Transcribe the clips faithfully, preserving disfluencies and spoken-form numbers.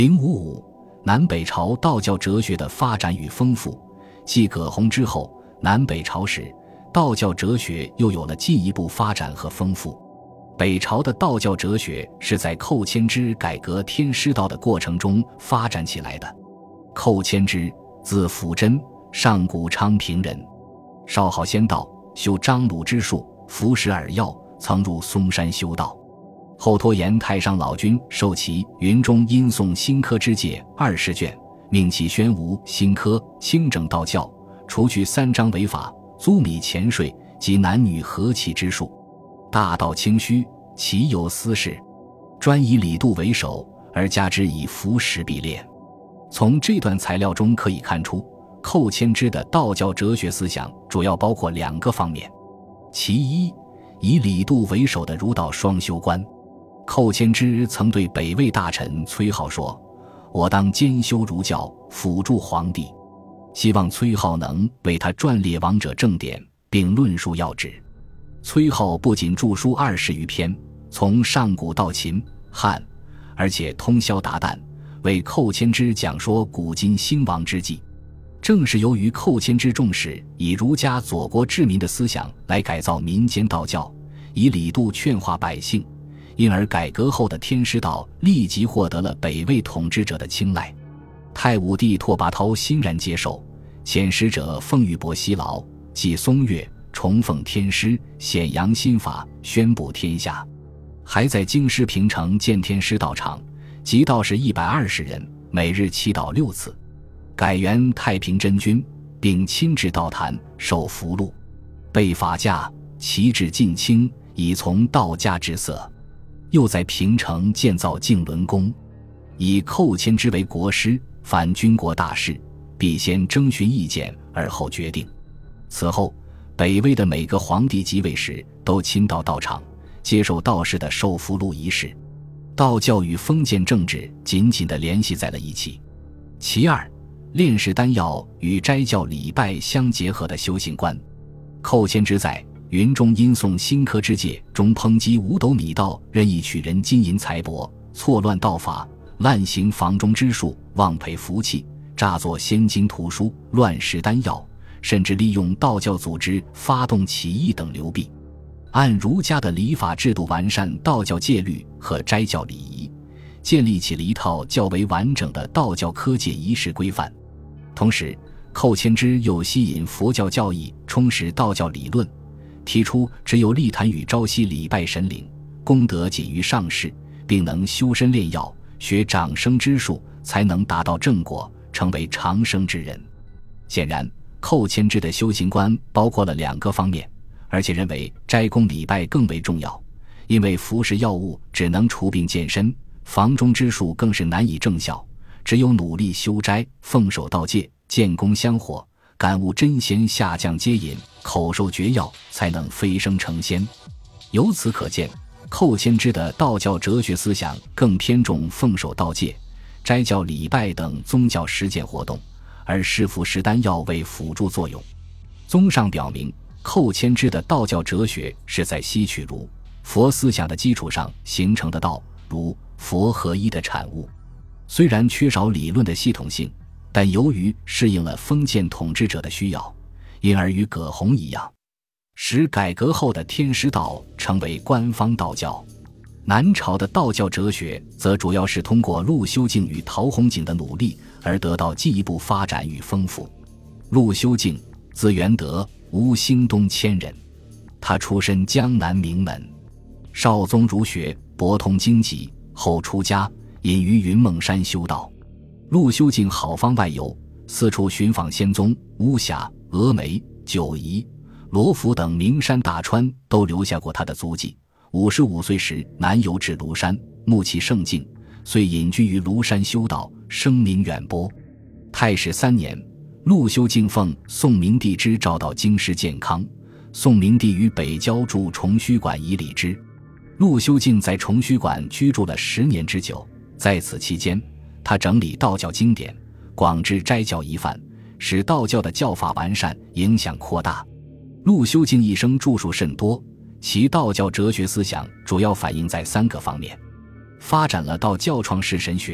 零五五南北朝道教哲学的发展与丰富。继葛洪之后，南北朝时，道教哲学又有了进一步发展和丰富。北朝的道教哲学是在寇谦之改革天师道的过程中发展起来的。寇谦之，字辅真，上古昌平人，少好仙道，修张鲁之术，服食饵药，曾入嵩山修道。后托言太上老君授其云中音诵新科之戒二十卷，命其宣无新科，清整道教，除去三章违法、租米钱税及男女和气之术，大道清虚，其有私事，专以礼度为首，而加之以服食必练。从这段材料中可以看出，寇谦之的道教哲学思想主要包括两个方面。其一，以礼度为首的儒道双修观。寇谦之曾对北魏大臣崔颢说：“我当兼修儒教，辅助皇帝。”希望崔颢能为他撰列王者正典，并论述要旨。崔颢不仅著书二十余篇，从上古到秦汉，而且通宵达旦，为寇谦之讲说古今兴亡之际。正是由于寇谦之重视以儒家佐国治民的思想来改造民间道教，以礼度劝化百姓，因而改革后的天师道立即获得了北魏统治者的青睐。太武帝拓跋焘欣然接受，遣使者奉玉帛西劳，祭松月，重奉天师，显扬新法，宣布天下。还在京师平城建天师道场，集道士一百二十人，每日祈祷六次。改元太平真君，并亲至道坛受符箓，备法驾，旗帜尽清，以从道家之色。又在平城建造净伦宫，以寇谦之为国师，凡军国大事，必先征询意见而后决定。此后，北魏的每个皇帝即位时都亲到道场，接受道士的受符箓仪式。道教与封建政治紧紧地联系在了一起。其二，炼士丹药与斋教礼拜相结合的修行观。寇谦之在云中音诵新科之戒中抨击五斗米道任意取人金银财帛，错乱道法，滥行房中之术，妄培福气，诈作仙经图书，乱施丹药，甚至利用道教组织发动起义等流弊。按儒家的礼法制度完善道教戒律和斋教礼仪，建立起了一套较为完整的道教科戒仪式规范。同时，寇谦之又吸引佛教教义，充实道教理论，提出只有立坛与朝夕礼拜神灵，功德仅于上世，并能修身炼药，学长生之术，才能达到正果，成为长生之人。显然，寇谦之的修行观包括了两个方面，而且认为斋宫礼拜更为重要，因为服食药物只能除病健身，房中之术更是难以正效，只有努力修斋，奉守道戒，建功香火，感悟真仙下降接引，口授绝药，才能飞升成仙。由此可见，寇谦之的道教哲学思想更偏重奉守道戒、斋教礼拜等宗教实践活动，而施服食丹药为辅助作用。综上表明，寇谦之的道教哲学是在吸取儒、佛思想的基础上形成的道、儒、佛合一的产物。虽然缺少理论的系统性，但由于适应了封建统治者的需要，因而与葛洪一样，使改革后的天师道成为官方道教。南朝的道教哲学则主要是通过陆修静与陶弘景的努力而得到进一步发展与丰富。陆修静，字元德，吴兴东迁人，他出身江南名门，少宗儒学，博通经籍，后出家，隐于云梦山修道。陆修静好方外游，四处寻访仙踪，巫峡、峨眉、九夷、罗浮等名山大川都留下过他的足迹。五十五岁时南游至庐山，目其圣境，遂隐居于庐山修道，声名远播。太始三年，陆修静奉宋明帝之诏到京师建康，宋明帝于北郊筑崇虚馆以礼之。陆修静在崇虚馆居住了十年之久，在此期间，他整理道教经典，广治斋教一范，使道教的教法完善，影响扩大。陆修静一生著述甚多，其道教哲学思想主要反映在三个方面：发展了道教创世神学、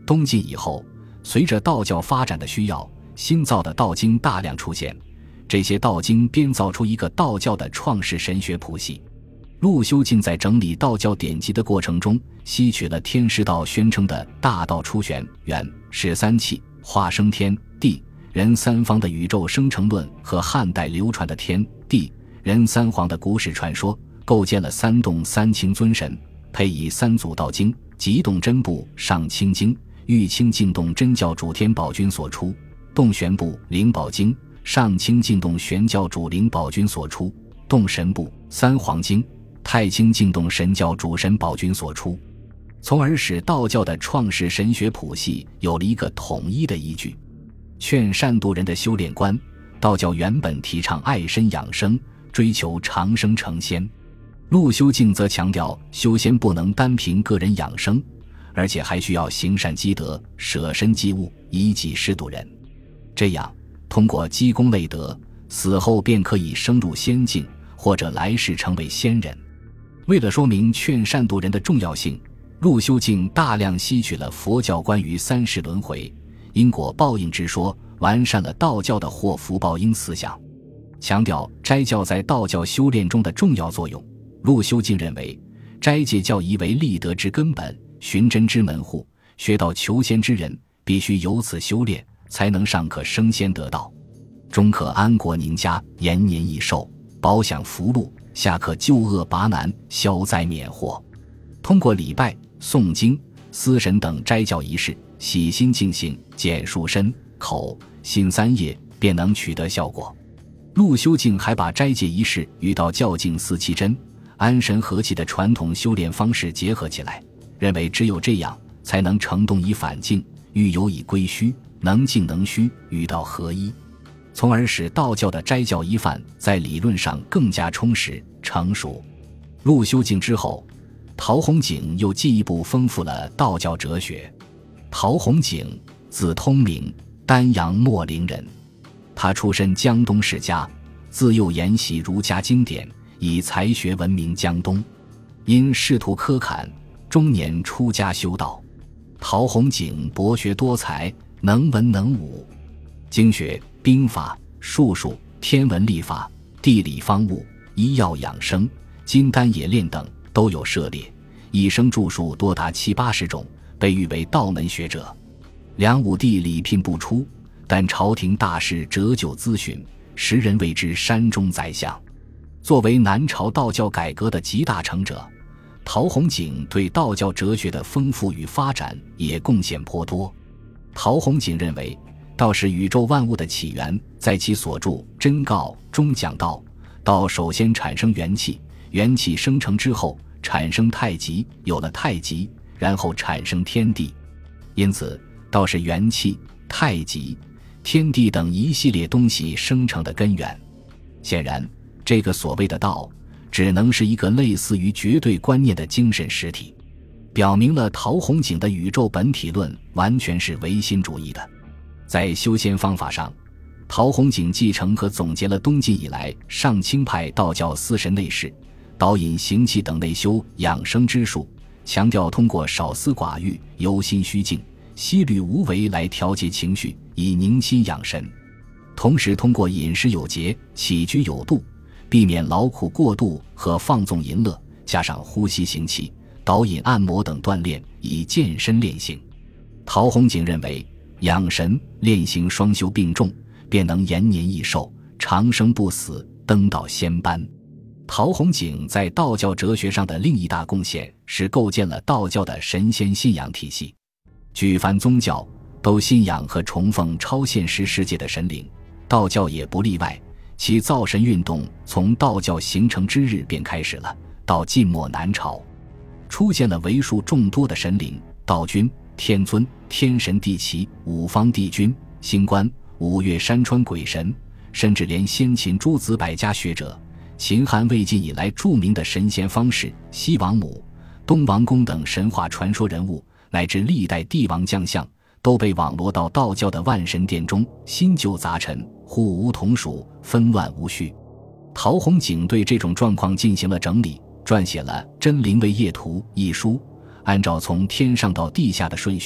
东晋以后，随着道教发展的需要，新造的道经大量出现，这些道经编造出一个道教的创世神学谱系。陆修静在整理道教典籍的过程中，吸取了天师道宣称的大道出玄、元、始三气、化生天、地、人三方的宇宙生成论和汉代流传的天、地、人三皇的古史传说，构建了三洞三清尊神，配以三祖道经、极洞真部上清经、玉清净洞真教主天宝君所出、洞玄部灵宝经、上清净洞玄教主灵宝君所出、洞神部三皇经、太清净洞神教主神宝君所出，从而使道教的创世神学谱系有了一个统一的依据。劝善度人的修炼观，道教原本提倡爱身养生，追求长生成仙。陆修静则强调修仙不能单凭个人养生，而且还需要行善积德，舍身济物，以己施度人。这样通过积功累德，死后便可以升入仙境，或者来世成为仙人。为了说明劝善度人的重要性，陆修静大量吸取了佛教关于三世轮回、因果报应之说，完善了道教的祸福报应思想，强调斋教在道教修炼中的重要作用。陆修静认为，斋戒教仪为立德之根本，寻真之门户，学道求仙之人必须由此修炼，才能上可升仙得道，中可安国宁家，延年益寿，饱享福禄，下可救恶拔难，消灾免祸。通过礼拜、诵经、思神等斋教仪式，洗心净性，减数身、口、心三业，便能取得效果。陆修静还把斋戒仪式与道教敬四七真、安神和气的传统修炼方式结合起来，认为只有这样才能成动以反静，欲有以归虚，能静能虚，与道合一，从而使道教的斋教仪范在理论上更加充实成熟。陆修静之后，陶弘景又进一步丰富了道教哲学。陶弘景字通明，丹阳秣陵人，他出身江东世家，自幼研习儒家经典，以才学闻名江东。因仕途苛坎，中年出家修道。陶弘景博学多才，能文能武，经学、兵法、术数、天文历法、地理方物、医药养生、金丹冶炼等都有涉猎，一生著述多达七八十种，被誉为道门学者。梁武帝礼聘不出，但朝廷大事折旧咨询，时人谓之山中宰相。作为南朝道教改革的集大成者，陶弘景对道教哲学的丰富与发展也贡献颇多。陶弘景认为，道是宇宙万物的起源，在其所著《真告》中讲道，道首先产生元气，元气生成之后产生太极，有了太极，然后产生天地。因此道是元气、太极、天地等一系列东西生成的根源。显然，这个所谓的道只能是一个类似于绝对观念的精神实体，表明了陶弘景的宇宙本体论完全是唯心主义的。在修仙方法上，陶弘景继承和总结了东晋以来上清派道教司神内视、导引行气等内修养生之术，强调通过少思寡欲、由心虚静、息虑无为来调节情绪，以宁心养神。同时通过饮食有节、起居有度，避免劳苦过度和放纵淫乐，加上呼吸行气、导引按摩等锻炼，以健身练形。陶弘景认为，养神练形双修并重，便能延年益寿，长生不死，登到仙班。陶弘景在道教哲学上的另一大贡献是构建了道教的神仙信仰体系。举凡宗教都信仰和崇奉超现实世界的神灵，道教也不例外。其造神运动从道教形成之日便开始了，到晋末南朝，出现了为数众多的神灵，道君、天尊、天神地祇、五方帝君、星官、五岳山川鬼神，甚至连先秦诸子百家学者、秦汉魏晋以来著名的神仙方士、西王母、东王公等神话传说人物，乃至历代帝王将相，都被网罗到道教的万神殿中，新旧杂陈，互无同属，纷乱无序。陶弘景对这种状况进行了整理，撰写了《真灵位业图》一书，按照从天上到地下的顺序，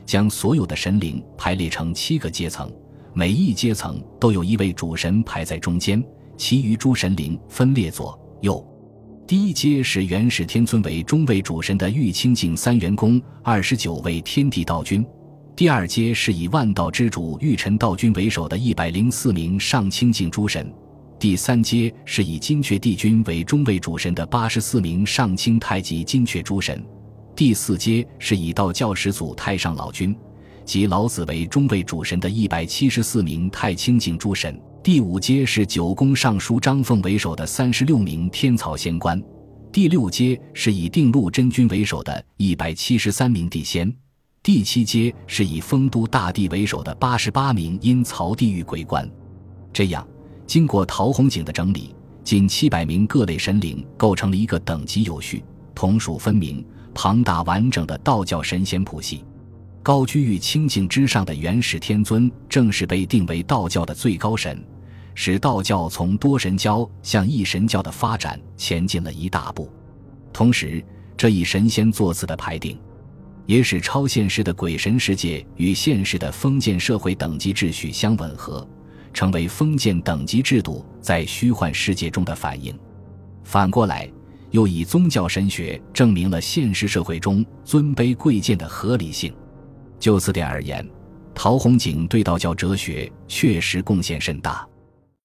将所有的神灵排列成七个阶层，每一阶层都有一位主神排在中间，其余诸神灵分列左右。第一阶是元始天尊为中位主神的玉清净三元宫二十九位天地道君，第二阶是以万道之主玉尘道君为首的一百零四名上清净诸神，第三阶是以金阙帝君为中位主神的八十四名上清太极金阙诸神，第四阶是以道教始祖太上老君及老子为中位主神的一百七十四名太清净诸神，第五阶是九宫尚书张凤为首的三十六名天曹仙官，第六阶是以定陆真君为首的一百七十三名地仙，第七阶是以丰都大帝为首的八十八名阴曹地狱鬼官。这样经过陶弘景的整理，近七百名各类神灵构成了一个等级有序、统属分明、庞大完整的道教神仙谱系。高居于清净之上的元始天尊正是被定为道教的最高神，使道教从多神教向一神教的发展前进了一大步。同时，这一神仙座次的排定也使超现实的鬼神世界与现实的封建社会等级秩序相吻合，成为封建等级制度在虚幻世界中的反映。反过来，又以宗教神学证明了现实社会中尊卑贵贱的合理性。就此点而言，陶弘景对道教哲学确实贡献甚大。